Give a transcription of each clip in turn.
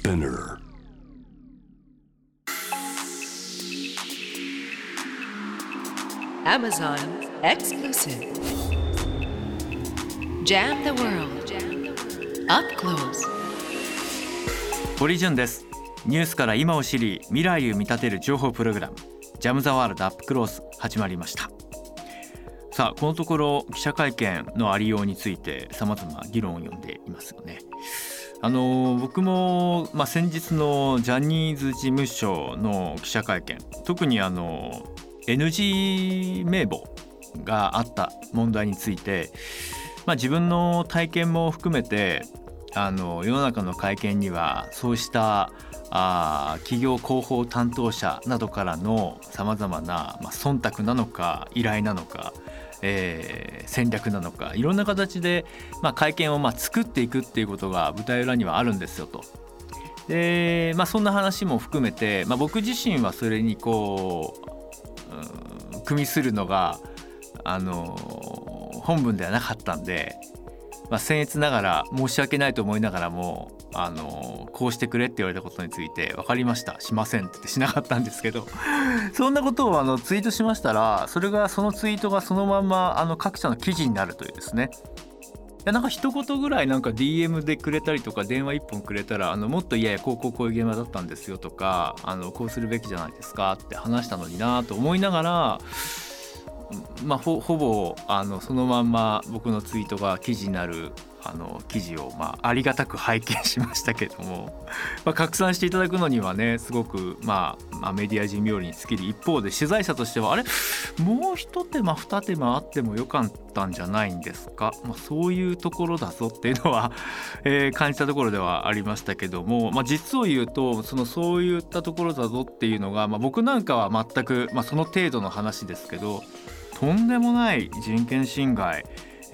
Spinner Amazon exclusive Jam the World Up Close 堀潤です。ニュースから今を知り未来を見立てる情報プログラムジャムザワールドアップクロース始まりました。さあこのところ記者会見のありようについて様々議論を呼んでいますよね。僕も、先日のジャニーズ事務所の記者会見、特にNG 名簿があった問題について、自分の体験も含めて世の中の会見にはそうした企業広報担当者などからのさまざまな、忖度なのか依頼なのか、戦略なのかいろんな形で、会見を作っていくっていうことが舞台裏にはあるんですよと。で、そんな話も含めて、僕自身はそれに組みするのが本文ではなかったんで、僭越ながら申し訳ないと思いながらもこうしてくれって言われたことについて分かりましたしませんって言ってしなかったんですけどそんなことをツイートしましたら、そのツイートがそのまま各社の記事になるというですね。なんか一言ぐらいDM でくれたりとか電話一本くれたらもっといやいやこういう現場だったんですよとかこうするべきじゃないですかって話したのになと思いながら、ほぼそのまんま僕のツイートが記事になる記事をありがたく拝見しましたけども、拡散していただくのにはねすごくメディア人冥利に尽きる一方で、取材者としてはもう一手間二手間あってもよかったんじゃないんですか、そういうところだぞっていうのは、感じたところではありましたけども、実を言うとそういったところだぞっていうのが、僕なんかは全く、その程度の話ですけど、とんでもない人権侵害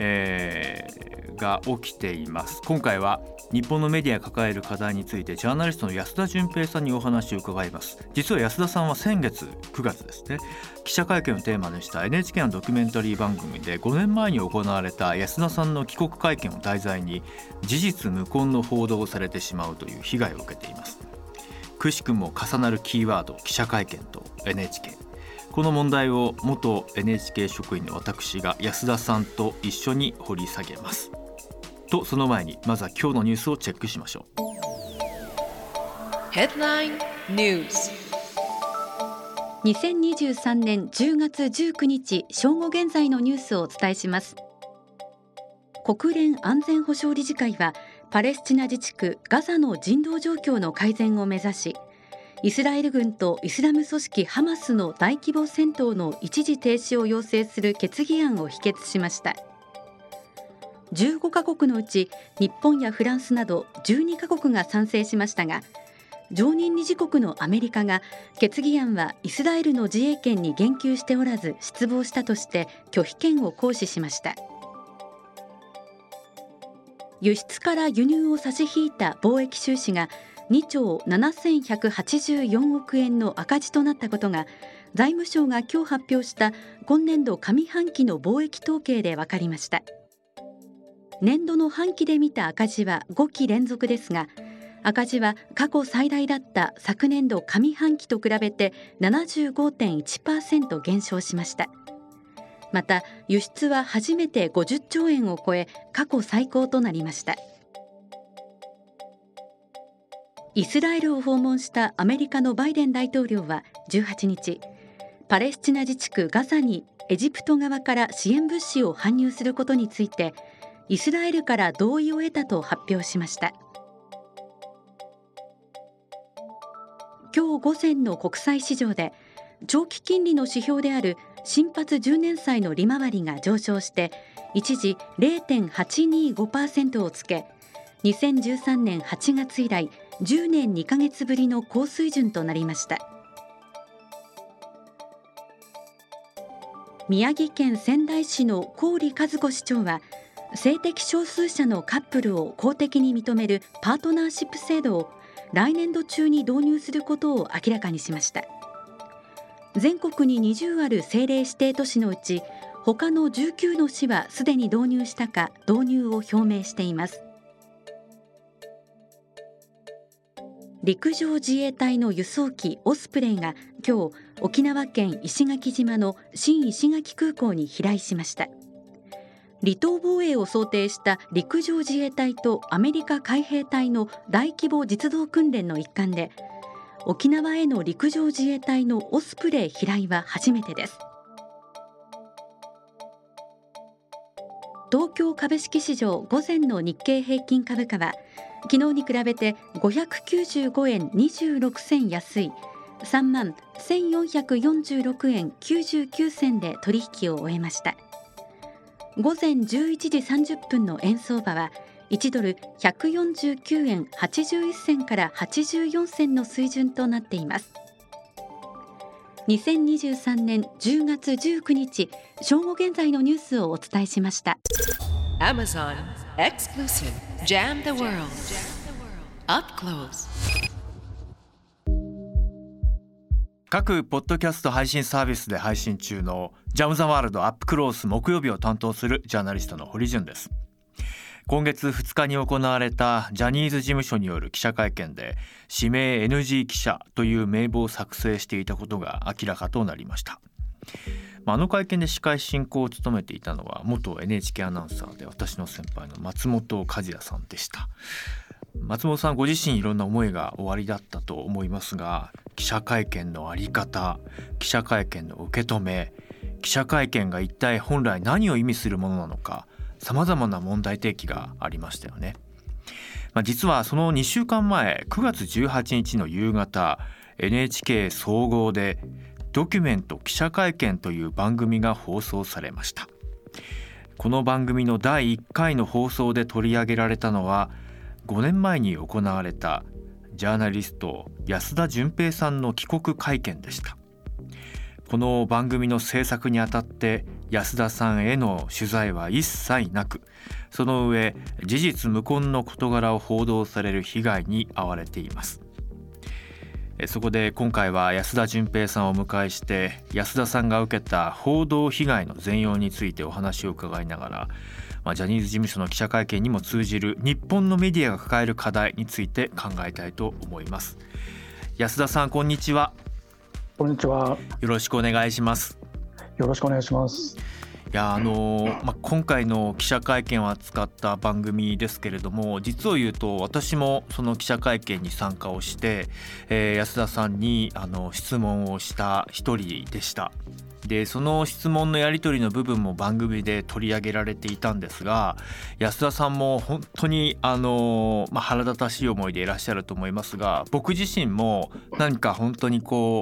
が起きています。今回は日本のメディアが抱える課題についてジャーナリストの安田純平さんにお話を伺います。実は安田さんは先月9月ですね、記者会見をテーマにした NHK のドキュメンタリー番組で5年前に行われた安田さんの帰国会見を題材に事実無根の報道をされてしまうという被害を受けています。くしくも重なるキーワード記者会見と NHK、この問題を元 NHK 職員の私が安田さんと一緒に掘り下げますと、その前にまずは今日のニュースをチェックしましょう。 Headline News 2023年10月19日正午現在のニュースをお伝えします。国連安全保障理事会はパレスチナ自治区ガザの人道状況の改善を目指し、イスラエル軍とイスラム組織ハマスの大規模戦闘の一時停止を要請する決議案を否決しました。15カ国のうち日本やフランスなど12カ国が賛成しましたが、常任理事国のアメリカが決議案はイスラエルの自衛権に言及しておらず失望したとして拒否権を行使しました。輸出から輸入を差し引いた貿易収支が2兆7184億円の赤字となったことが財務省が今日発表した今年度上半期の貿易統計で分かりました。年度の半期で見た赤字は5期連続ですが、赤字は過去最大だった昨年度上半期と比べて 75.1% 減少しました。また輸出は初めて50兆円を超え過去最高となりました。イスラエルを訪問したアメリカのバイデン大統領は18日、パレスチナ自治区ガザにエジプト側から支援物資を搬入することについてイスラエルから同意を得たと発表しました。今日午前の国際市場で長期金利の指標である新発10年債の利回りが上昇して一時 0.825% をつけ、2013年8月以来10年2ヶ月ぶりの高水準となりました。宮城県仙台市の郡和子市長は性的少数者のカップルを公的に認めるパートナーシップ制度を来年度中に導入することを明らかにしました。全国に20ある政令指定都市のうち他の19の市はすでに導入したか導入を表明しています。 陸上自衛隊の輸送機オスプレイが今日沖縄県石垣島の新石垣空港に飛来しました。離島防衛を想定した陸上自衛隊とアメリカ海兵隊の大規模実動訓練の一環で、沖縄への陸上自衛隊のオスプレイ飛来は初めてです。東京株式市場午前の日経平均株価は昨日に比べて595円26銭安い 31,446 円99銭で取引を終えました。午前11時30分の円相場は1ドル149円81銭から84銭の水準となっています。2023年10月19日正午現在のニュースをお伝えしました。 Amazon Exclusive Jam the World Up Close。 各ポッドキャスト配信サービスで配信中のジャム・ザ・ワールドアップクロース木曜日を担当するジャーナリストの堀潤です。今月2日に行われたジャニーズ事務所による記者会見で指名 NG 記者という名簿を作成していたことが明らかとなりました。あの会見で司会進行を務めていたのは元 NHK アナウンサーで私の先輩の松本和也さんでした。松本さんご自身いろんな思いがおありだったと思いますが、記者会見のあり方、記者会見の受け止め、記者会見が一体本来何を意味するものなのか、さまざまな問題提起がありましたよね。実はその2週間前9月18日の夕方 NHK 総合でドキュメント記者会見という番組が放送されました。この番組の第1回の放送で取り上げられたのは5年前に行われたジャーナリスト安田純平さんの帰国会見でした。この番組の制作にあたって安田さんへの取材は一切なく、その上事実無根の事柄を報道される被害に遭われています。そこで今回は安田純平さんをお迎えして安田さんが受けた報道被害の全容についてお話を伺いながら、ジャニーズ事務所の記者会見にも通じる日本のメディアが抱える課題について考えたいと思います。安田さん、こんにちは。 こんにちは。 よろしくお願いします。 よろしくお願いします。 いや今回の記者会見を扱った番組ですけれども、実を言うと私もその記者会見に参加をして、安田さんに質問をした一人でした。でその質問のやり取りの部分も番組で取り上げられていたんですが、安田さんも本当に腹立たしい思いでいらっしゃると思いますが、僕自身も何か本当に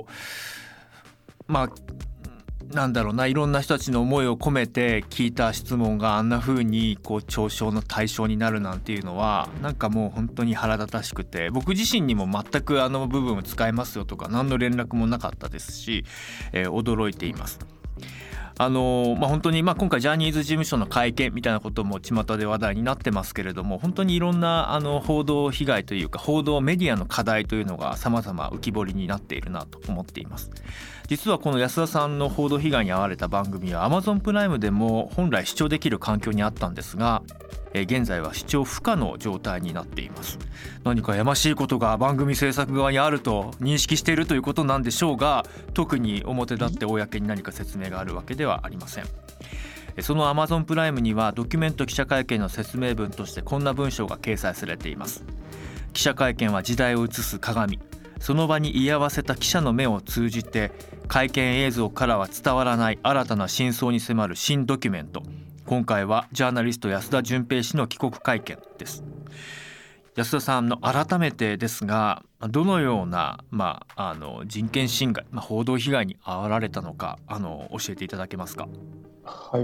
いろんな人たちの思いを込めて聞いた質問があんな風に嘲笑の対象になるなんていうのはなんかもう本当に腹立たしくて、僕自身にも全く部分を使えますよとか何の連絡もなかったですし、驚いています。本当に今回ジャニーズ事務所の会見みたいなことも巷で話題になってますけれども、本当にいろんな報道被害というか報道メディアの課題というのが様々浮き彫りになっているなと思っています。実はこの安田さんの報道被害に遭われた番組は Amazon プライムでも本来視聴できる環境にあったんですが、現在は視聴不可の状態になっています。何かやましいことが番組制作側にあると認識しているということなんでしょうが、特に表立って公に何か説明があるわけではありません。その Amazon プライムにはドキュメント記者会見の説明文としてこんな文章が掲載されています。記者会見は時代を映す鏡、その場に居合わせた記者の目を通じて会見映像からは伝わらない新たな真相に迫る新ドキュメント。今回はジャーナリスト安田純平氏の帰国会見です。安田さんの改めてですが、どのような、人権侵害、報道被害に遭われたのか教えていただけますか。 はい、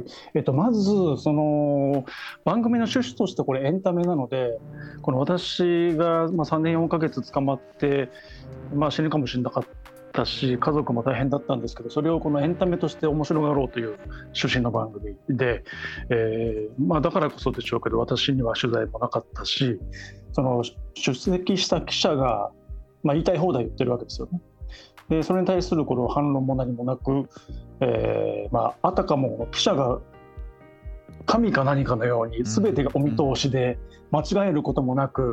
まずその番組の趣旨としてこれエンタメなので、この私が3年4ヶ月捕まって、死ぬかもしれなかったし家族も大変だったんですけど、それをこのエンタメとして面白がろうという趣旨の番組で、だからこそでしょうけど私には取材もなかったし、その出席した記者が、言いたい放題言ってるわけですよね。でそれに対するこの反論も何もなく、あたかも記者が神か何かのように全てがお見通しで間違えることもなく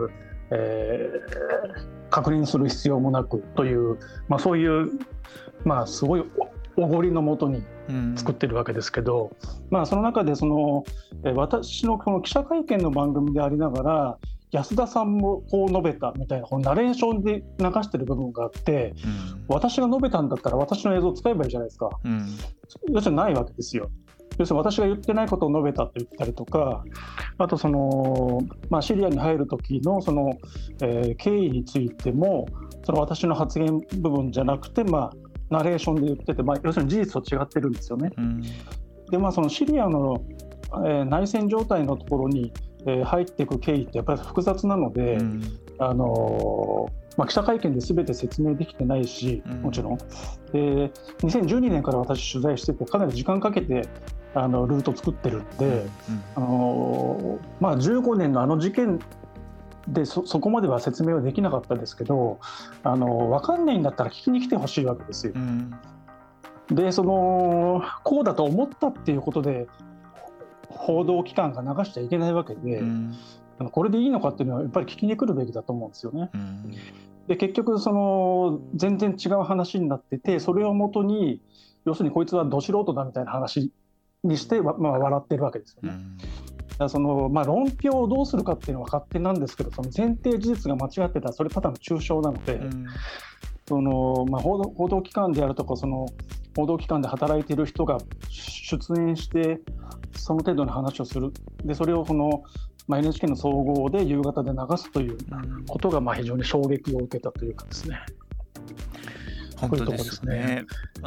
確認する必要もなくという、そういう、すごいおごりのもとに作ってるわけですけど、その中で私のこの記者会見の番組でありながら安田さんもこう述べたみたいなこのナレーションで流してる部分があって、私が述べたんだったら私の映像を使えばいいじゃないですか。要するにないわけですよ。要するに私が言ってないことを述べたと言ったりとか、あとシリアに入る時の経緯についても私の発言部分じゃなくて、ナレーションで言ってて、要するに事実と違ってるんですよね。で、そのシリアの、内戦状態のところに、入っていく経緯ってやっぱり複雑なので、記者会見で全て説明できてないし、もちろんで2012年から私取材しててかなり時間かけてルート作ってるんで、15年の事件でそこまでは説明はできなかったですけど、分かんないんだったら聞きに来てほしいわけですよ。でこうだと思ったっていうことで報道機関が流しちゃいけないわけで、これでいいのかっていうのはやっぱり聞きに来るべきだと思うんですよね。で結局全然違う話になってて、それをもとに要するにこいつはど素人だみたいな話にして笑ってるわけですよね。だから論評をどうするかっていうのは勝手なんですけど、前提事実が間違ってたらそれただの抽象なので、報道機関であるとか報道機関で働いている人が出演してその程度の話をする、でそれをNHK の総合で夕方で流すということが非常に衝撃を受けたというかですね。 本当ですね。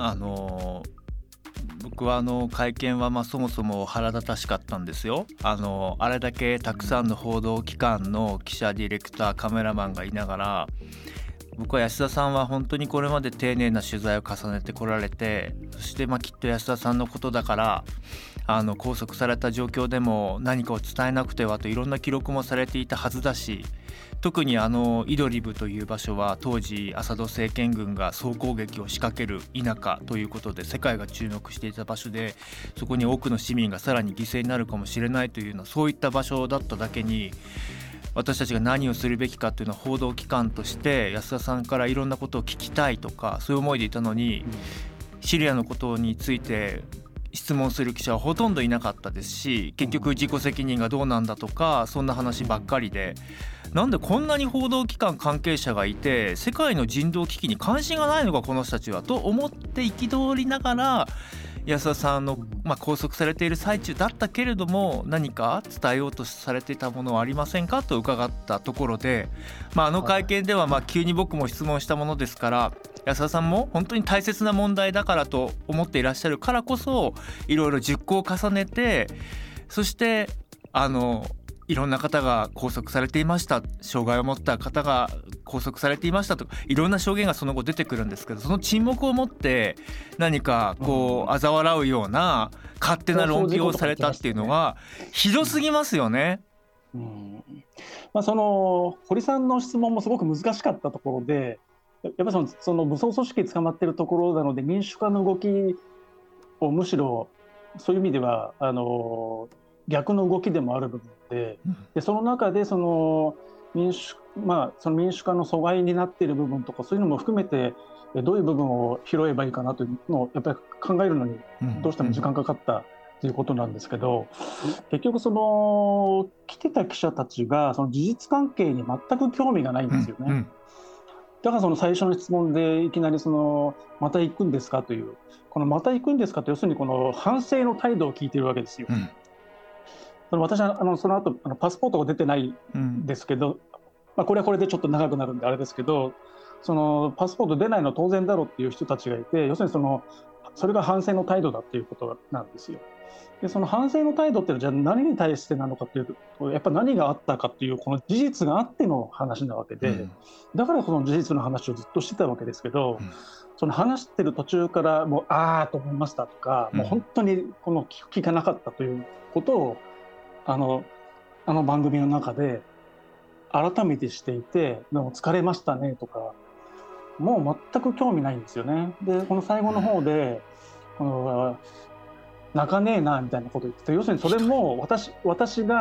僕は会見はそもそも腹立たしかったんですよ。あれだけたくさんの報道機関の記者、ディレクター、カメラマンがいながら、僕は安田さんは本当にこれまで丁寧な取材を重ねてこられて、そしてきっと安田さんのことだから拘束された状況でも何かを伝えなくてはといろんな記録もされていたはずだし、特にイドリブという場所は当時アサド政権軍が総攻撃を仕掛ける田舎ということで世界が注目していた場所で、そこに多くの市民がさらに犠牲になるかもしれないというようなそういった場所だっただけに、私たちが何をするべきかというのは報道機関として安田さんからいろんなことを聞きたいとかそういう思いでいたのに、シリアのことについて質問する記者はほとんどいなかったですし、結局自己責任がどうなんだとかそんな話ばっかりで、なんでこんなに報道機関関係者がいて世界の人道危機に関心がないのかこの人たちはと思って憤りながら、安田さんの、拘束されている最中だったけれども何か伝えようとされていたものはありませんかと伺ったところで、会見では急に僕も質問したものですから、安田さんも本当に大切な問題だからと思っていらっしゃるからこそいろいろ熟考を重ねて、そしていろんな方が拘束されていました、障害を持った方が拘束されていましたとかいろんな証言がその後出てくるんですけど、その沈黙を持って何か嘲笑うような勝手な論評をされたっていうのはひどすぎますよね。 堀さんの質問もすごく難しかったところで、やっぱりその武装組織捕まっているところなので民主化の動きをむしろそういう意味では逆の動きでもある部分で、その中で民主化の阻害になっている部分とかそういうのも含めてどういう部分を拾えばいいかなというのをやっぱり考えるのにどうしても時間かかったということなんですけど、結局来てた記者たちが事実関係に全く興味がないんですよね。だから最初の質問でいきなりまた行くんですかという、このまた行くんですかと要するにこの反省の態度を聞いてるわけですよ。私はその後パスポートが出てないんですけど、これはこれでちょっと長くなるんであれですけど、パスポート出ないの当然だろうっていう人たちがいて、要するにそれが反省の態度だっていうことなんですよ。でその反省の態度っていうのはじゃあ何に対してなのかっていうと、やっぱ何があったかっていうこの事実があっての話なわけで、だからこの事実の話をずっとしてたわけですけど、その話してる途中からもうあーと思いましたとか、もう本当にこの聞かなかったということをあの番組の中で改めてしていて、でも疲れましたねとかもう全く興味ないんですよね。でこの最後の方で泣かねえなみたいなこと言ってて、要するにそれも私が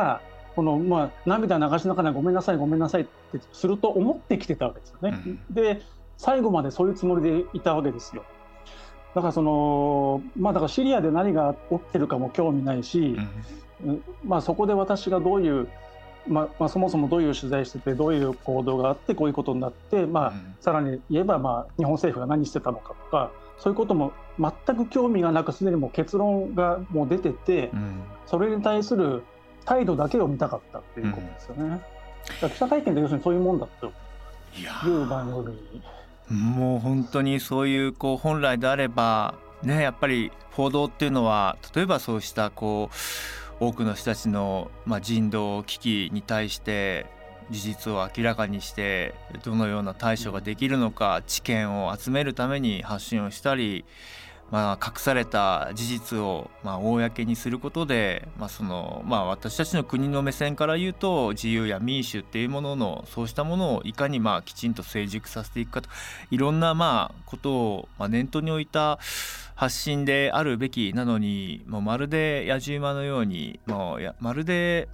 この涙流しながらごめんなさいごめんなさいってすると思ってきてたわけですよね、で最後までそういうつもりでいたわけですよ。だからだからシリアで何が起きてるかも興味ないし、そこで私がどういうそもそもどういう取材しててどういう行動があってこういうことになって、さらに言えば日本政府が何してたのかとかそういうことも全く興味がなくすでにもう結論がもう出てて、それに対する態度だけを見たかったっていうことですよね、だから記者会見って要するにそういうもんだという番組。 もう本当にそういう本来であればね、やっぱり報道っていうのは例えばそうした多くの人たちの人道危機に対して事実を明らかにしてどのような対処ができるのか知見を集めるために発信をしたり、隠された事実を公にすることで、私たちの国の目線から言うと自由や民主っていうもののそうしたものをいかにきちんと成熟させていくかといろんなことを念頭に置いた発信であるべきなのに、もうまるで野じ馬のようにまるで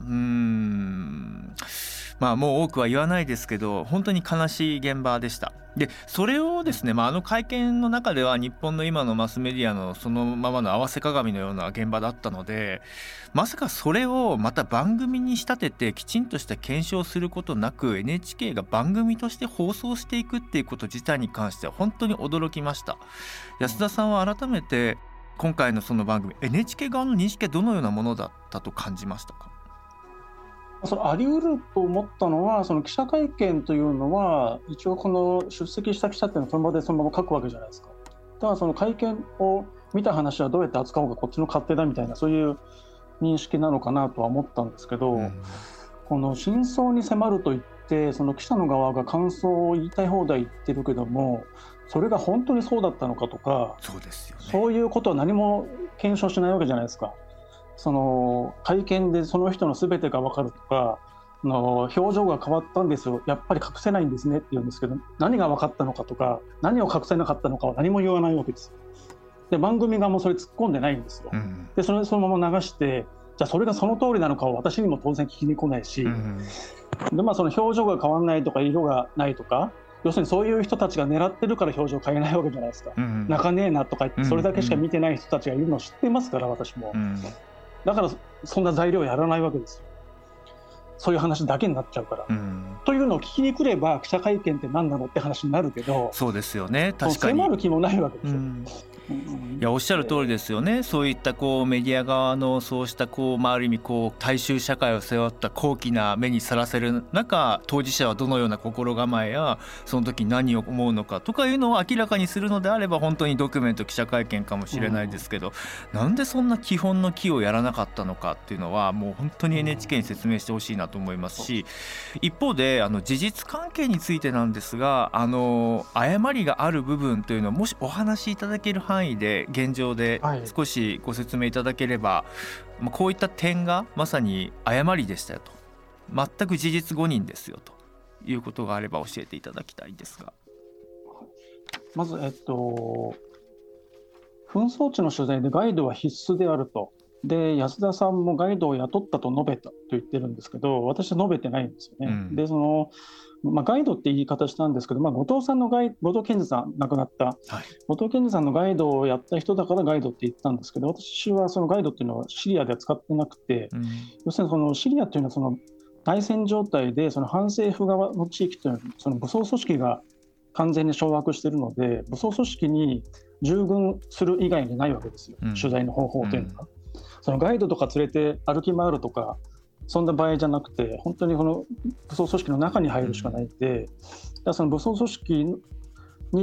もう多くは言わないですけど本当に悲しい現場でした。でそれをですね、会見の中では日本の今のマスメディアのそのままの合わせ鏡のような現場だったので、まさかそれをまた番組に仕立ててきちんとした検証することなく NHK が番組として放送していくっていうこと自体に関しては本当に驚きました。安田さんは改めて今回のその番組 NHK 側の認識はどのようなものだったと感じましたか？ あり得ると思ったのは記者会見というのは一応この出席した記者っていうのはその場でそのまま書くわけじゃないですか。だから会見を見た話はどうやって扱おうかこっちの勝手だみたいなそういう認識なのかなとは思ったんですけど、この真相に迫ると言って記者の側が感想を言いたい放題言ってるけどもそれが本当にそうだったのかとか、 そうですよね、 そういうことは何も検証しないわけじゃないですか。会見でその人の全てが分かるとか表情が変わったんですよやっぱり隠せないんですねって言うんですけど、何が分かったのかとか何を隠せなかったのかは何も言わないわけです。で番組側もそれ突っ込んでないんですよ、でそのまま流してじゃあそれがその通りなのかは私にも当然聞きに来ないし、でその表情が変わらないとか色がないとか要するにそういう人たちが狙ってるから表情変えないわけじゃないですか、泣かねえなとか言ってそれだけしか見てない人たちがいるのを知ってますから私も、だからそんな材料やらないわけですよ。そういう話だけになっちゃうから、というのを聞きに来れば記者会見って何なのって話になるけど、 そうですよね、確かに迫る気もないわけですよ、 いやおっしゃる通りですよね。そういったメディア側のそうしたある意味大衆社会を背負った高貴な目にさらせる中、当事者はどのような心構えやその時何を思うのかとかいうのを明らかにするのであれば本当にドキュメント記者会見かもしれないですけど、なんでそんな基本の基をやらなかったのかっていうのはもう本当に NHK に説明してほしいなと思いますし、一方で事実関係についてなんですが誤りがある部分というのをもしお話しいただける範囲で現状で少しご説明いただければ、こういった点がまさに誤りでしたよと、全く事実誤認ですよということがあれば教えていただきたいんですが。 まず紛争地の取材でガイドは必須であると、で安田さんもガイドを雇ったと述べたと言ってるんですけど私は述べてないんですよね、でガイドって言い方したんですけど、後藤健二さん亡くなった、後藤健二さんのガイドをやった人だからガイドって言ったんですけど、私はそのガイドっていうのはシリアでは使ってなくて、要するにシリアっていうのは内戦状態で反政府側の地域というのは武装組織が完全に掌握しているので武装組織に従軍する以外にないわけですよ、取材の方法というのは、ガイドとか連れて歩き回るとかそんな場合じゃなくて本当に武装組織の中に入るしかないんで、だから武装組織に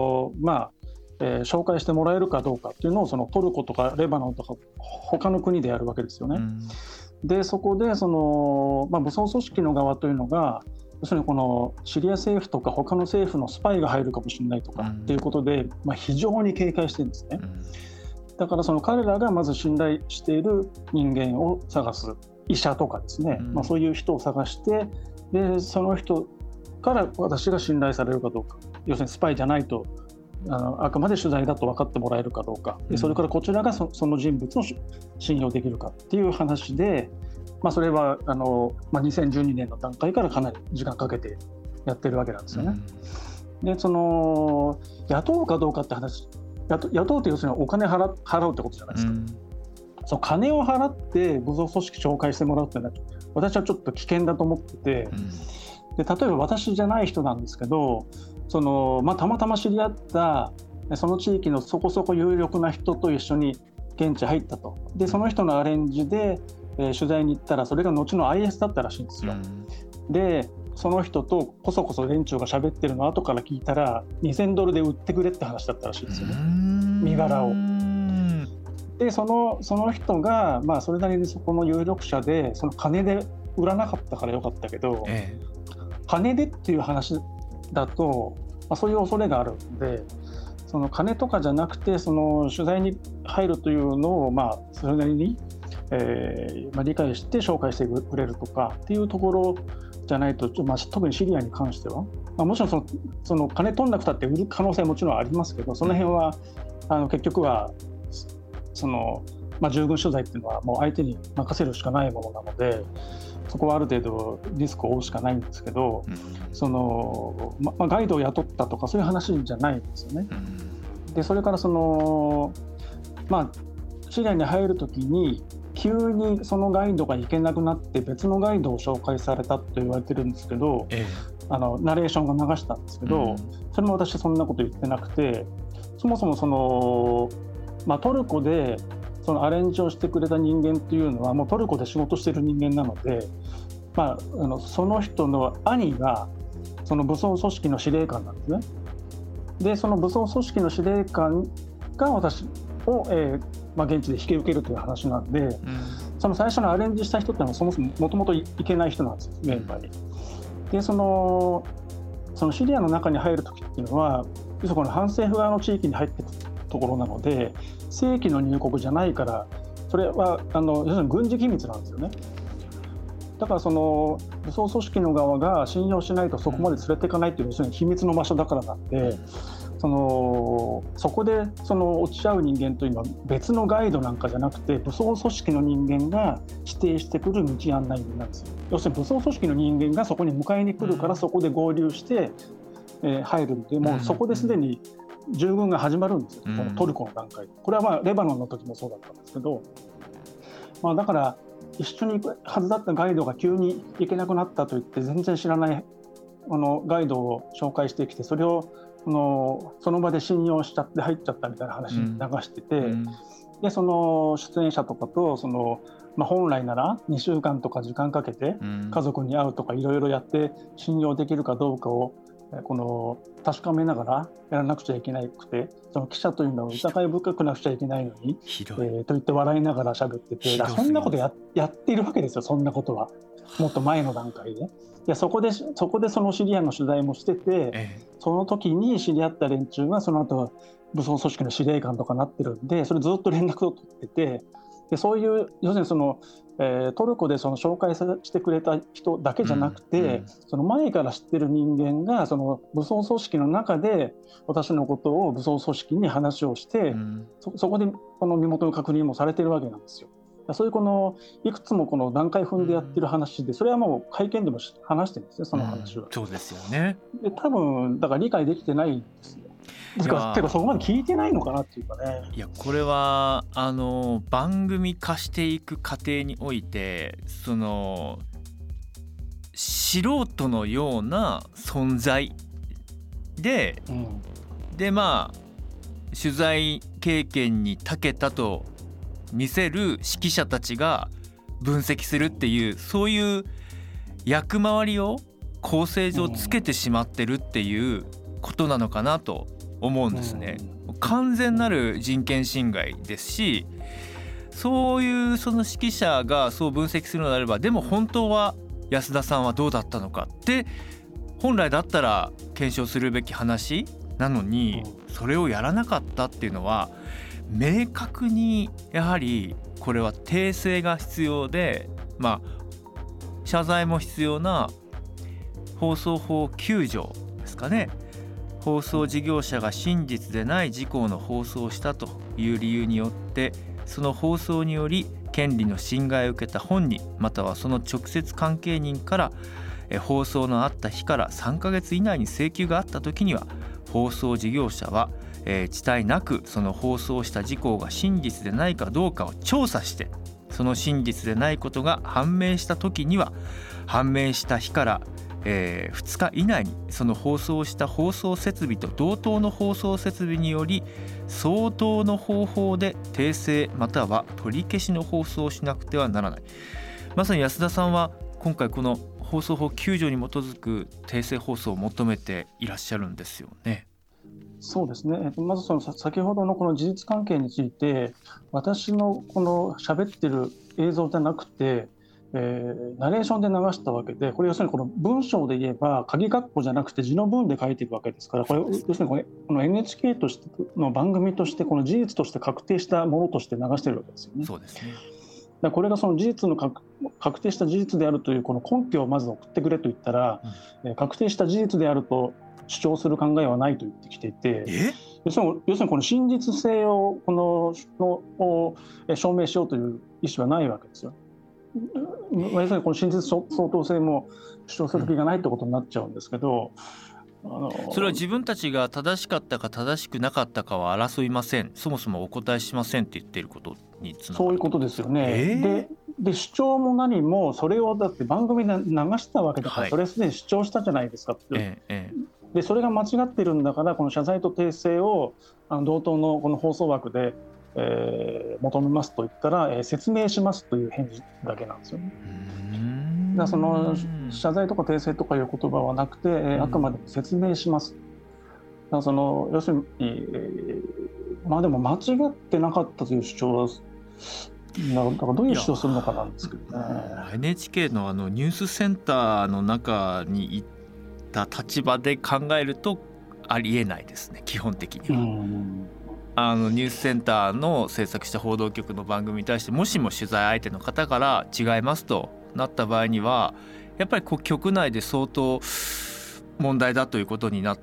紹介してもらえるかどうかっていうのをトルコとかレバノンとか他の国でやるわけですよね、でそこで武装組織の側というのが要するにシリア政府とか他の政府のスパイが入るかもしれないとかっていうことで、非常に警戒してるんですね、だから彼らがまず信頼している人間を探す、医者とかですね、そういう人を探して、でその人から私が信頼されるかどうか、要するにスパイじゃないとあくまで取材だと分かってもらえるかどうか、でそれからこちらがその人物を信用できるかっていう話でそれは2012年の段階からかなり時間かけてやってるわけなんですよね。でその雇うかどうかって話、雇うって要するにお金払うってことじゃないですか。その金を払って武装組織紹介してもらうってのは私はちょっと危険だと思ってて、で例えば私じゃない人なんですけど、たまたま知り合ったその地域のそこそこ有力な人と一緒に現地入ったと。でその人のアレンジで、取材に行ったらそれが後の IS だったらしいんですよ。でその人とこそこそ連中が喋ってるの後から聞いたら$2000で売ってくれって話だったらしいですよね、身柄を。でその人が、それなりにそこの有力者でその金で売らなかったからよかったけど、金でっていう話だと、そういう恐れがあるんで、その金とかじゃなくてその取材に入るというのをそれなりに、理解して紹介してくれるとかっていうところじゃないと、特にシリアに関しては、もちろんその金取んなくたって売る可能性はもちろんありますけど、その辺は結局は従軍取材っていうのはもう相手に任せるしかないものなので、そこはある程度リスクを負うしかないんですけど、ガイドを雇ったとかそういう話じゃないんですよね。でそれからシリアに入るときに急にそのガイドが行けなくなって別のガイドを紹介されたと言われてるんですけど、ナレーションが流したんですけど、それも私そんなこと言ってなくて、そもそもトルコでそのアレンジをしてくれた人間っていうのはもうトルコで仕事してる人間なので、その人の兄がその武装組織の司令官なんですね。でその武装組織の司令官が私を、現地で引き受けるという話なんで、その最初のアレンジした人ってのはそもそももともといけない人なんですよ、メンバーに。でそのシリアの中に入るときっていうのはそこの反政府側の地域に入っていくところなので、正規の入国じゃないから、それは要するに軍事機密なんですよね。だからその武装組織の側が信用しないとそこまで連れていかないっていう、要するに秘密の場所だからなんで、そこで落ち合う人間というのは別のガイドなんかじゃなくて、武装組織の人間が指定してくる道案内人なんですよ。要するに武装組織の人間がそこに迎えに来るから、そこで合流して、入るんで、もうそこですでに従軍が始まるんですよ、このトルコの段階で。これはレバノンの時もそうだったんですけど、だから一緒に行くはずだったガイドが急に行けなくなったといって全然知らないガイドを紹介してきて、それをその場で信用しちゃって入っちゃったみたいな話に流してて、でその出演者とかと本来なら2週間とか時間かけて家族に会うとかいろいろやって信用できるかどうかを確かめながらやらなくちゃいけなくて、その記者というのは疑い深くなくちゃいけないのに、と言って笑いながら喋ってて、そんなこと やっているわけですよ。そんなことはもっと前の段階で。そこでそのシリアの取材もしてて、その時に知り合った連中がその後武装組織の司令官とかなってるんで、それずっと連絡を取ってて、でそういう要するにトルコでその紹介してくれた人だけじゃなくて、その前から知ってる人間がその武装組織の中で私のことを武装組織に話をして、そこでこの身元の確認もされてるわけなんですよ。そういういくつもこの段階踏んでやってる話で、それはもう会見でも話してるんですよ、その話は。 そうですよね。 で多分だから理解できてないんですよ。てかそこまで聞いてないのかなっていうかね。 いやこれは番組化していく過程において、その素人のような存在で、で取材経験に長けたと見せる指揮者たちが分析するっていう、そういう役回りを構成上つけてしまってるっていうことなのかなと思うんですね。完全なる人権侵害ですし、そういうその指揮者がそう分析するのであれば、でも本当は安田さんはどうだったのかって本来だったら検証するべき話なのに、それをやらなかったっていうのは明確にやはりこれは訂正が必要で、謝罪も必要な放送法9条ですかね。放送事業者が真実でない事項の放送をしたという理由によって、その放送により権利の侵害を受けた本人またはその直接関係人から放送のあった日から3ヶ月以内に請求があったときには、放送事業者は遅滞なくその放送した事項が真実でないかどうかを調査して、その真実でないことが判明したときには、判明した日から2日以内にその放送した放送設備と同等の放送設備により相当の方法で訂正または取り消しの放送をしなくてはならない。まさに安田さんは今回この放送法9条に基づく訂正放送を求めていらっしゃるんですよね。 そうですね、まずその先ほどのこの事実関係について、私のこの喋ってる映像じゃなくて、ナレーションで流したわけで、これ要するにこの文章で言えば鍵括弧じゃなくて字の文で書いているわけですから、これ要するにこの NHK としての番組としてこの事実として確定したものとして流しているわけですよね。 そうですね。 だからこれがその事実の確定した事実であるというこの根拠をまず送ってくれと言ったら、確定した事実であると主張する考えはないと言ってきていて、要するにこの真実性を証明しようという意思はないわけですよ。要するにこの真実相当性も主張する気がないってことになっちゃうんですけど、 それは自分たちが正しかったか正しくなかったかは争いません、そもそもお答えしませんって言っていることにつながる。そういうことですよね。で主張も何もそれをだって番組で流したわけだから、それすでに主張したじゃないですかって、でそれが間違ってるんだから、この謝罪と訂正を同等のこの放送枠で、求めますと言ったら、説明しますという返事だけなんですよね。だからその謝罪とか訂正とかいう言葉はなくて、あくまでも説明します。だからその要するに、でも間違ってなかったという主張はだからどういう主張するのかなんですけどね。 NHK のニュースセンターの中に行った立場で考えるとありえないですね、基本的には。ニュースセンターの制作した報道局の番組に対してもしも取材相手の方から違いますとなった場合には、やっぱり局内で相当問題だということになって、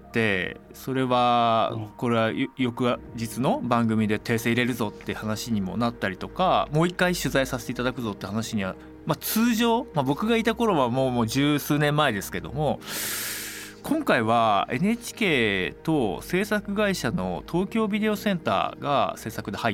それはこれは翌日の番組で訂正入れるぞって話にもなったりとか、もう一回取材させていただくぞって話には、通常、僕がいた頃はもう十数年前ですけども、今回は NHK と制作会社の東京ビデオセンターが制作で入って、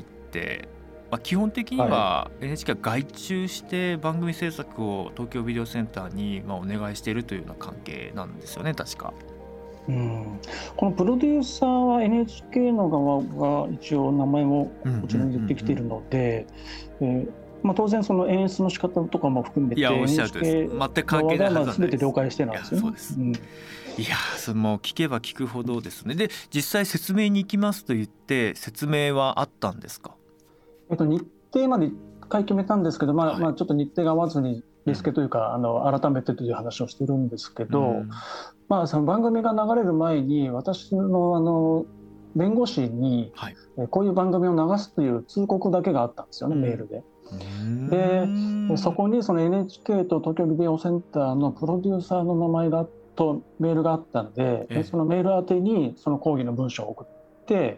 基本的には NHK が外注して番組制作を東京ビデオセンターにお願いしているというような関係なんですよね、確か。 このプロデューサーは NHK の側が一応名前もこちらに出てきているので、当然その演出の仕方とかも含めて NHK 側が全て了解してなんですよね。 いや、それも聞けば聞くほどですね。で、実際説明に行きますと言って説明はあったんですか？ 日程まで1回決めたんですけど、ちょっと日程が合わずにリスケというか、改めてという話をしてるんですけど、その番組が流れる前に私の弁護士に、こういう番組を流すという通告だけがあったんですよね、メールで。でそこにその NHK と東京ビデオセンターのプロデューサーの名前とメールがあったんで、そのメール宛てにその抗議の文章を送って、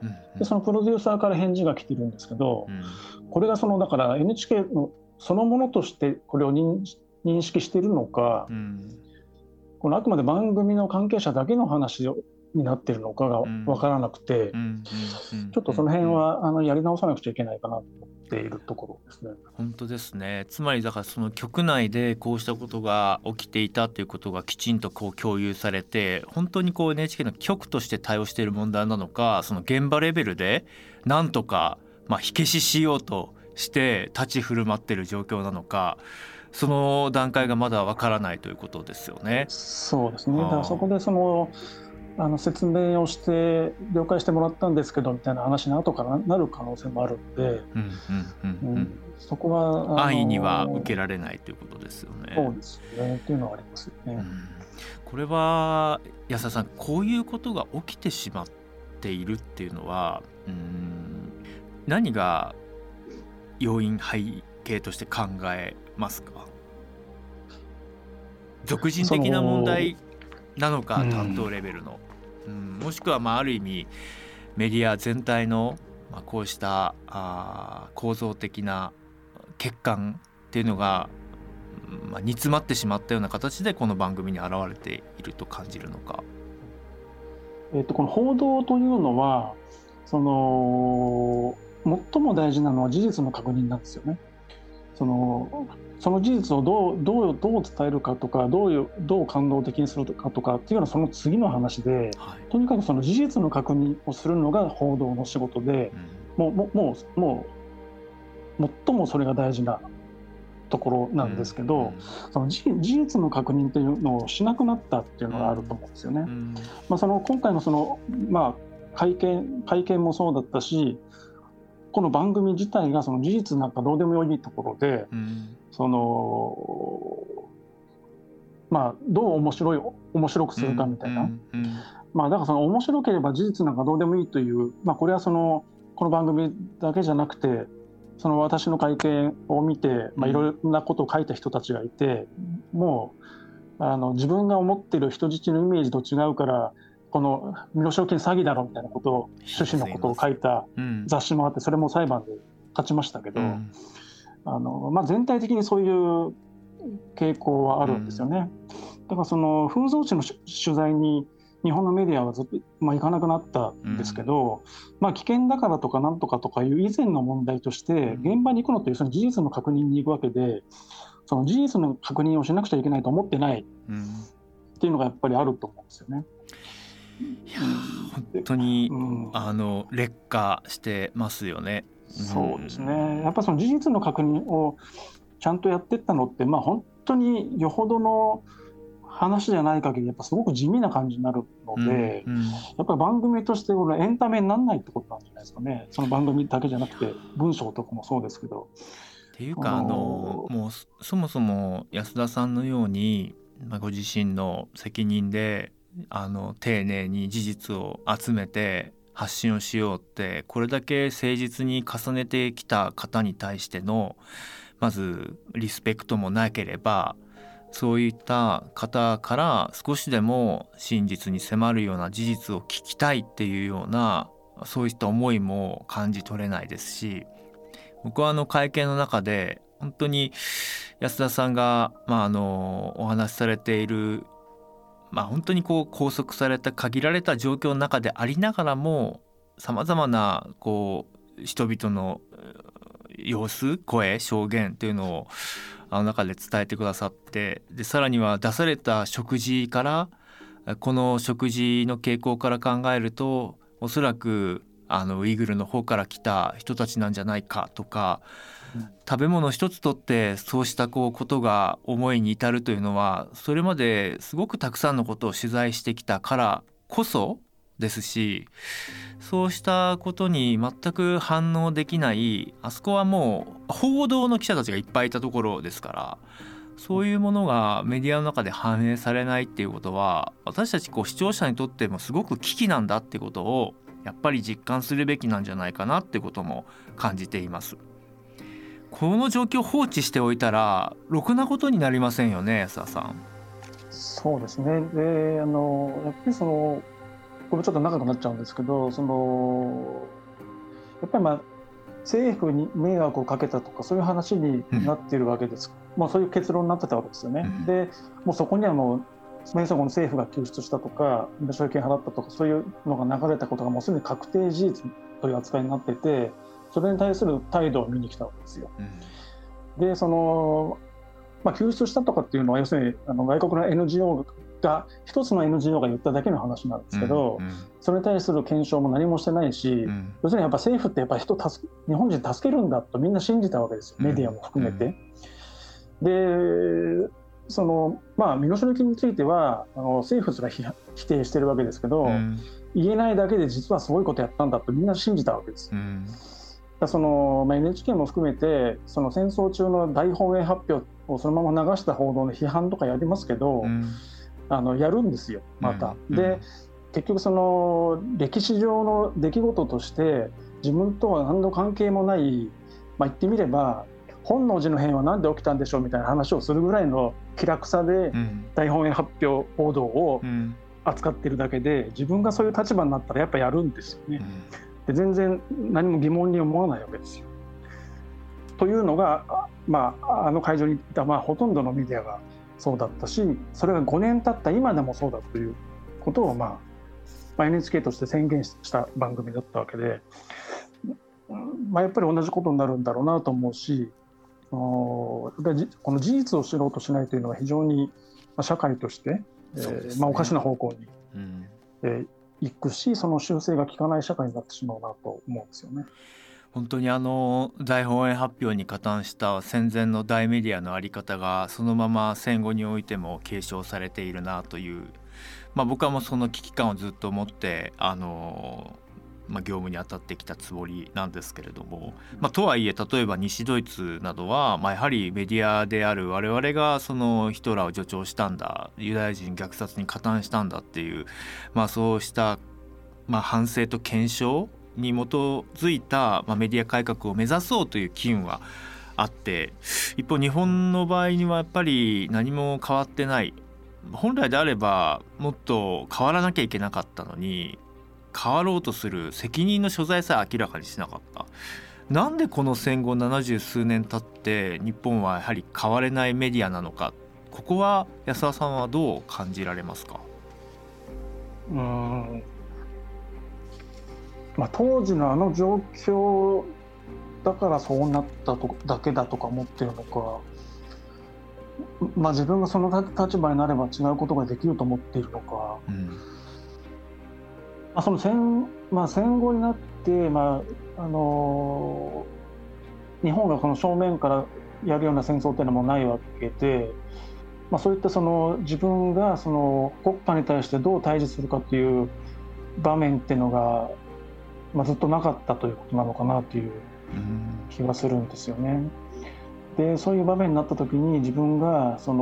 でそのプロデューサーから返事が来てるんですけど、これがだから NHK のそのものとしてこれを認識しているのか、このあくまで番組の関係者だけの話になっているのかが分からなくて、ちょっとその辺はやり直さなくちゃいけないかなと思っているところですね。 本当ですね。つまりだからその局内でこうしたことが起きていたということがきちんと共有されて、本当にNHK の局として対応している問題なのか、その現場レベルでなんとか火消ししようとして立ち振る舞っている状況なのか、その段階がまだわからないということですよね。 そうですね。だからそこで説明をして了解してもらったんですけどみたいな話の後からなる可能性もあるので、そこは安易には受けられないということですよね。 そうですね、というのはありますよね。 これは安田さん、こういうことが起きてしまっているっていうのは、何が要因背景として考えますか？俗人的な問題なのか、担当レベルの、もしくはある意味メディア全体のこうした構造的な欠陥っていうのが、煮詰まってしまったような形でこの番組に現れていると感じるのか。 この報道というのは最も大事なのは事実の確認なんですよね。その事実をどう伝えるかとかどう感動的にするかとかっていうのはその次の話で、とにかくその事実の確認をするのが報道の仕事で、もう最もそれが大事なところなんですけど、その事実の確認というのをしなくなったっていうのがあると思うんですよね。今回の会見もそうだったし、この番組自体がその事実なんかどうでもいいところで、どう面白くするかみたいな、だからその面白ければ事実なんかどうでもいいという、これはこの番組だけじゃなくて、その私の会見を見て、いろいろなことを書いた人たちがいて、もう自分が思っている人質のイメージと違うからこの身代金詐欺だろみたいなことを趣旨のことを書いた雑誌もあって、それも裁判で勝ちましたけど、全体的にそういう傾向はあるんですよね。だからその紛争地の取材に日本のメディアはずっと、行かなくなったんですけど、危険だからとかなんとかとかいう以前の問題として、現場に行くのってその事実の確認に行くわけで、その事実の確認をしなくちゃいけないと思ってないっていうのがやっぱりあると思うんですよね。 いや本当に、劣化してますよね。 そうですね。やっぱその事実の確認をちゃんとやってったのって、本当によほどの話じゃない限りやっぱすごく地味な感じになるので、やっぱり番組としてこのエンタメにならないってことなんじゃないですかね。その番組だけじゃなくて文章とかもそうですけど。 っていうかもうそもそも安田さんのように、ご自身の責任で丁寧に事実を集めて発信をしようってこれだけ誠実に重ねてきた方に対してのまずリスペクトもなければ、そういった方から少しでも真実に迫るような事実を聞きたいっていうようなそういった思いも感じ取れないですし、僕は会見の中で本当に安田さんが、お話しされている、本当に拘束された限られた状況の中でありながらもさまざまな人々の様子、声、証言というのを中で伝えてくださって、でさらには出された食事からこの食事の傾向から考えるとおそらくウイグルの方から来た人たちなんじゃないかとか、食べ物一つとってそうしたことが思いに至るというのはそれまですごくたくさんのことを取材してきたからこそですし、そうしたことに全く反応できない、あそこはもう報道の記者たちがいっぱいいたところですから、そういうものがメディアの中で反映されないっていうことは私たち視聴者にとってもすごく危機なんだってことをやっぱり実感するべきなんじゃないかなってことも感じています。この状況を放置しておいたらろくなことになりませんよね、安田さん。 そうですね。でやっぱりこれちょっと長くなっちゃうんですけど、やっぱり政府に迷惑をかけたとかそういう話になっているわけです、そういう結論になってたわけですよね、でもうそこには政府が救出したとか賠償金払ったとかそういうのが流れたことがもうすでに確定事実という扱いになってて、それに対する態度を見に来たわけですよ、で救出したとかっていうのは要するに外国の NGO が一つの NGO が言っただけの話なんですけど、それに対する検証も何もしてないし、要するにやっぱ政府ってやっぱ日本人助けるんだとみんな信じたわけですよ、メディアも含めて、で身代金については政府すら否定してるわけですけど、言えないだけで実はすごいことやったんだとみんな信じたわけです、NHK も含めて戦争中の大本営発表をそのまま流した報道の批判とかやりますけど、やるんですよまた、で結局歴史上の出来事として自分とは何の関係もない、言ってみれば本能寺の変は何で起きたんでしょうみたいな話をするぐらいの気楽さで大本営発表報道を扱ってるだけで、自分がそういう立場になったらやっぱやるんですよね、で全然何も疑問に思わないわけですよ。 というのが、あの会場にいた、ほとんどのメディアがそうだったし、それが5年経った今でもそうだということを、NHK として宣言した番組だったわけで、やっぱり同じことになるんだろうなと思うし、この事実を知ろうとしないというのは非常に社会として、おかしな方向に、行くし、その修正が効かない社会になってしまうなと思うんですよね。 本当に大本営発表に加担した戦前の大メディアの在り方がそのまま戦後においても継承されているなという、僕はもうその危機感をずっと持って業務に当たってきたつもりなんですけれども、とはいえ例えば西ドイツなどは、やはりメディアである我々がそのヒトラーを助長したんだ、ユダヤ人虐殺に加担したんだっていう、そうした、反省と検証に基づいた、メディア改革を目指そうという機運はあって、一方日本の場合にはやっぱり何も変わってない。本来であればもっと変わらなきゃいけなかったのに、変わろうとする責任の所在さえ明らかにしなかった。なんでこの戦後70数年経って日本はやはり変われないメディアなのか、ここは安田さんはどう感じられますか？ 当時のあの状況だからそうなっただけだとか思ってるのか、自分がその立場になれば違うことができると思っているのか、その戦後になって、日本がこの正面からやるような戦争っていうのもないわけで、そういった自分が国家に対してどう対峙するかという場面っていうのが、ずっとなかったということなのかなという気がするんですよね。でそういう場面になった時に自分がそ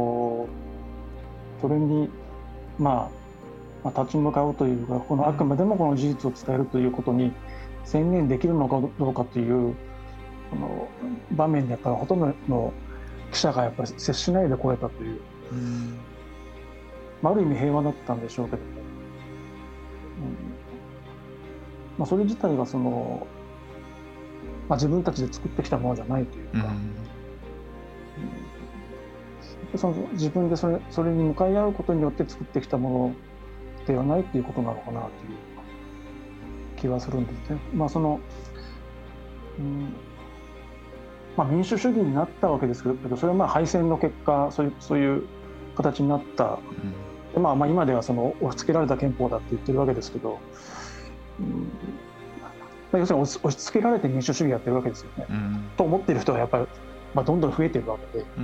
れに立ち向かうというか、あくまでもこの事実を伝えるということに専念できるのかどうかという場面にやっぱりほとんどの記者がやっぱり接しないでこれたという、ある意味平和だったんでしょうけども、それ自体が自分たちで作ってきたものじゃないというか、自分でそれに向かい合うことによって作ってきたものではないということなのかなという気はするんですね。民主主義になったわけですけど、それは敗戦の結果そういう形になった、今では押し付けられた憲法だって言ってるわけですけど、要するに押し付けられて民主主義やってるわけですよね、と思っている人はやっぱり、どんどん増えているわけで、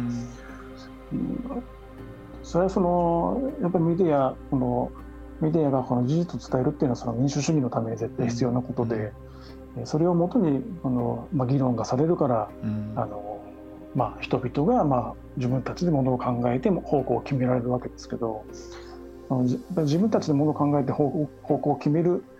それはやっぱりメディアがこの事実を伝えるっていうのは民主主義のために絶対必要なことで、それをもとに議論がされるから、人々が自分たちでものを考えて方向を決められるわけですけど、自分たちでものを考えて方向を決める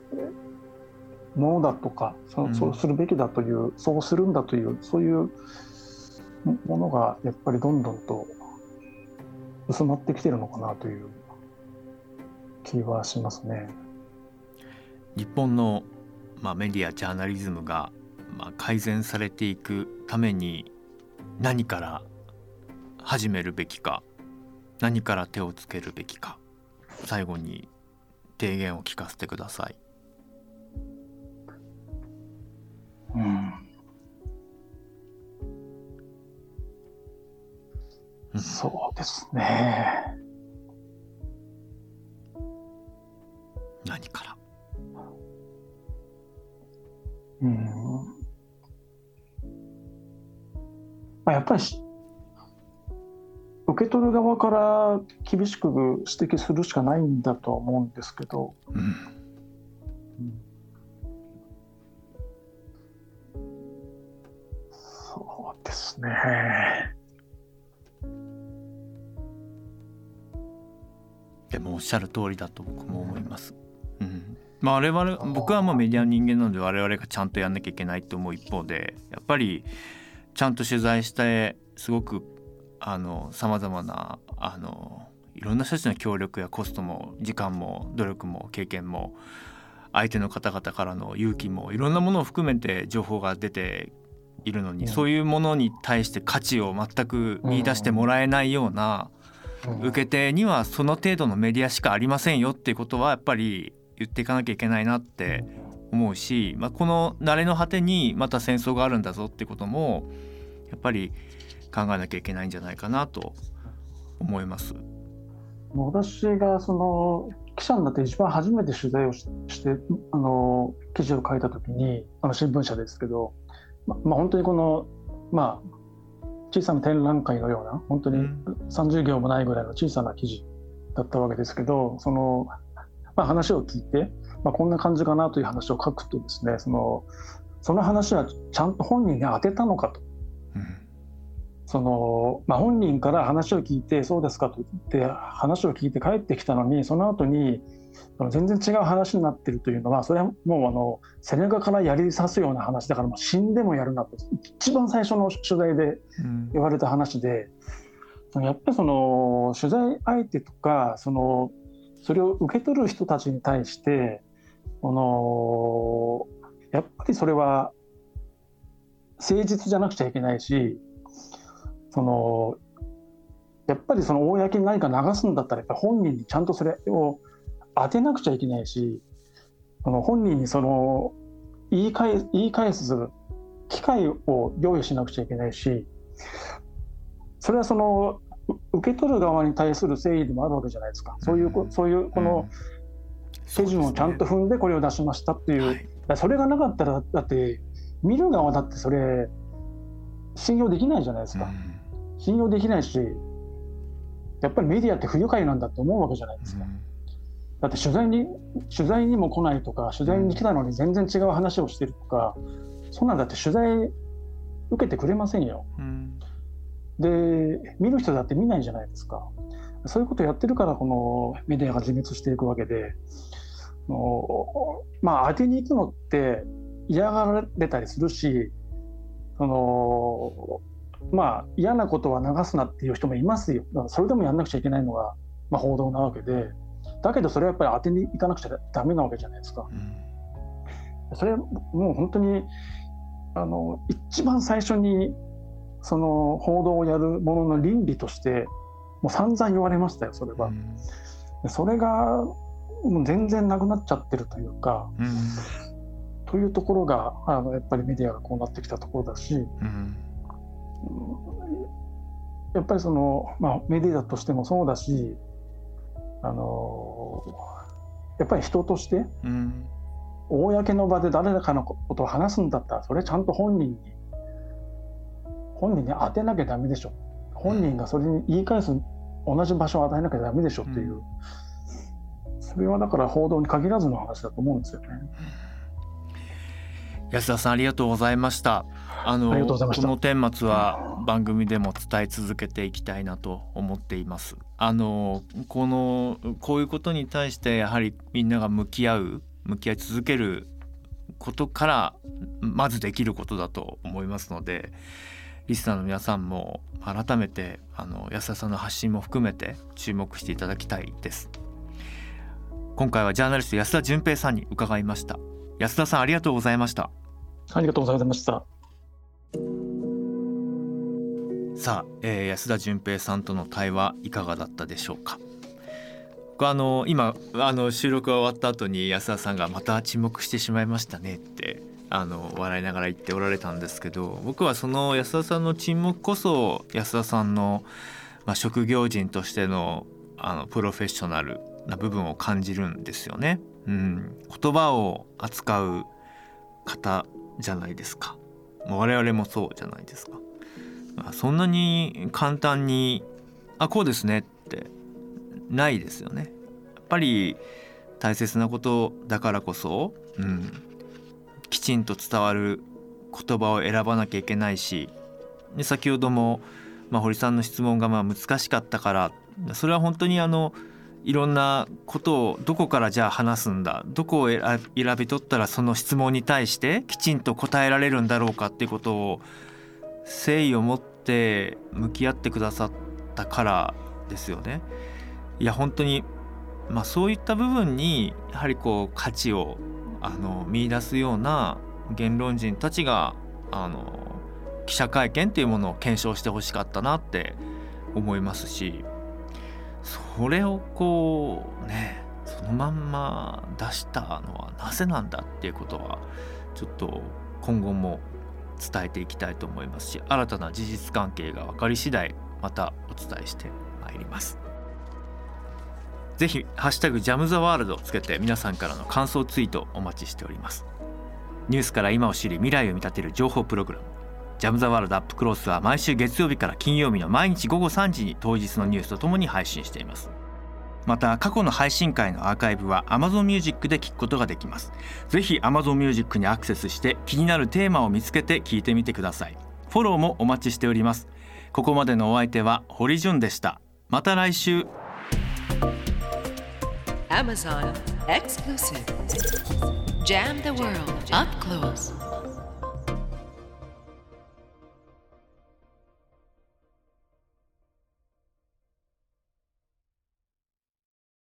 ものだとか、そうするべきだという、そうするんだという、そういうものがやっぱりどんどんと薄まってきてるのかなという気はしますね。 日本の、メディアジャーナリズムが、改善されていくために何から始めるべきか、何から手をつけるべきか、最後に提言を聞かせてください。 そうですね。 何から？ やっぱり受け取る側から厳しく指摘するしかないんだとは思うんですけど、そうですね。 でもおっしゃる通りだと僕も思います。僕はメディアの人間なので我々がちゃんとやんなきゃいけないと思う一方で、やっぱりちゃんと取材してすごくさまざまないろんな人たちの協力やコストも時間も努力も経験も相手の方々からの勇気もいろんなものを含めて情報が出ているのに、そういうものに対して価値を全く見出してもらえないような受け手にはその程度のメディアしかありませんよっていうことはやっぱり言っていかなきゃいけないなって思うし、この慣れの果てにまた戦争があるんだぞっていうこともやっぱり考えなきゃいけないんじゃないかなと思います。 私がその記者になって一番初めて取材をして記事を書いた時に新聞社ですけど、本当にこの、小さな展覧会のような本当に30行もないぐらいの小さな記事だったわけですけど、その、話を聞いて、こんな感じかなという話を書くとですね、その話はちゃんと本人に当てたのかと、本人から話を聞いてそうですかと言って話を聞いて帰ってきたのに、その後に全然違う話になっているというのは、それはもう背中から槍刺すような話だから、もう死んでもやるなと一番最初の取材で言われた話で、やっぱりその取材相手とかそれを受け取る人たちに対してやっぱりそれは誠実じゃなくちゃいけないし、やっぱり公に何か流すんだったらやっぱ本人にちゃんとそれを当てなくちゃいけないし、本人に言い返す機会を用意しなくちゃいけないし、それは受け取る側に対する誠意でもあるわけじゃないですか。そういうこの手順をちゃんと踏んでこれを出しましたっていう、それがなかったらだって見る側だってそれ信用できないじゃないですか。信用できないし、やっぱりメディアって不愉快なんだって思うわけじゃないですか。だって取材にも来ないとか、取材に来たのに全然違う話をしてるとか、そんなんだって取材受けてくれませんよ。で見る人だって見ないじゃないですか。そういうことをやってるからこのメディアが自滅していくわけで、当てに行くのって嫌がられたりするし、嫌なことは流すなっていう人もいますよ。だからそれでもやんなくちゃいけないのが、報道なわけで、だけどそれはやっぱり当てに行かなくちゃダメなわけじゃないですか。それはもう本当に一番最初にその報道をやるものの倫理としてもう散々言われましたよ、それは。それがもう全然なくなっちゃってるというか、というところがやっぱりメディアがこうなってきたところだし、やっぱりメディアとしてもそうだし、やっぱり人として、公の場で誰かのことを話すんだったらそれちゃんと本人に当てなきゃダメでしょ。本人がそれに言い返す同じ場所を与えなきゃダメでしょっていう、それはだから報道に限らずの話だと思うんですよね。 安田さん、ありがとうございました。 ありがとうございました。 この顛末は番組でも伝え続けていきたいなと思っています。こういうことに対してやはりみんなが向き合い続けることからまずできることだと思いますので、リスナーの皆さんも改めて安田さんの発信も含めて注目していただきたいです。今回はジャーナリスト安田純平さんに伺いました。安田さん、ありがとうございました。 ありがとうございました。 さあ、安田純平さんとの対話いかがだったでしょうか。今収録が終わった後に安田さんがまた沈黙してしまいましたねって笑いながら言っておられたんですけど、僕はその安田さんの沈黙こそ安田さんの、職業人としてのプロフェッショナルな部分を感じるんですよね。言葉を扱う方じゃないですか。我々もそうじゃないですか。そんなに簡単にこうですねってないですよね。やっぱり大切なことだからこそ、きちんと伝わる言葉を選ばなきゃいけないし、で先ほども、堀さんの質問が難しかったから、それは本当にいろんなことをどこからじゃあ話すんだ、どこを選び取ったらその質問に対してきちんと答えられるんだろうかっていうことを誠意を持って向き合ってくださったからですよね。いや本当に、そういった部分にやはり価値を見出すような言論人たちが記者会見っていうものを検証してほしかったなって思いますし、それをこうねそのまんま出したのはなぜなんだっていうことはちょっと今後も伝えていきたいと思いますし、新たな事実関係が分かり次第またお伝えしてまいります。ぜひハッシュタグジャムザワールドをつけて皆さんからの感想ツイートお待ちしております。ニュースから今を知り未来を見立てる情報プログラムジャムザワールドアップクロースは毎週月曜日から金曜日の毎日午後3時に当日のニュースとともに配信しています。また過去の配信会のアーカイブは Amazon Music で聞くことができます。ぜひ Amazon Music にアクセスして気になるテーマを見つけて聞いてみてください。フォローもお待ちしております。ここまでのお相手は堀潤でした。また来週。 Amazon Exclusive Jam the World Up Close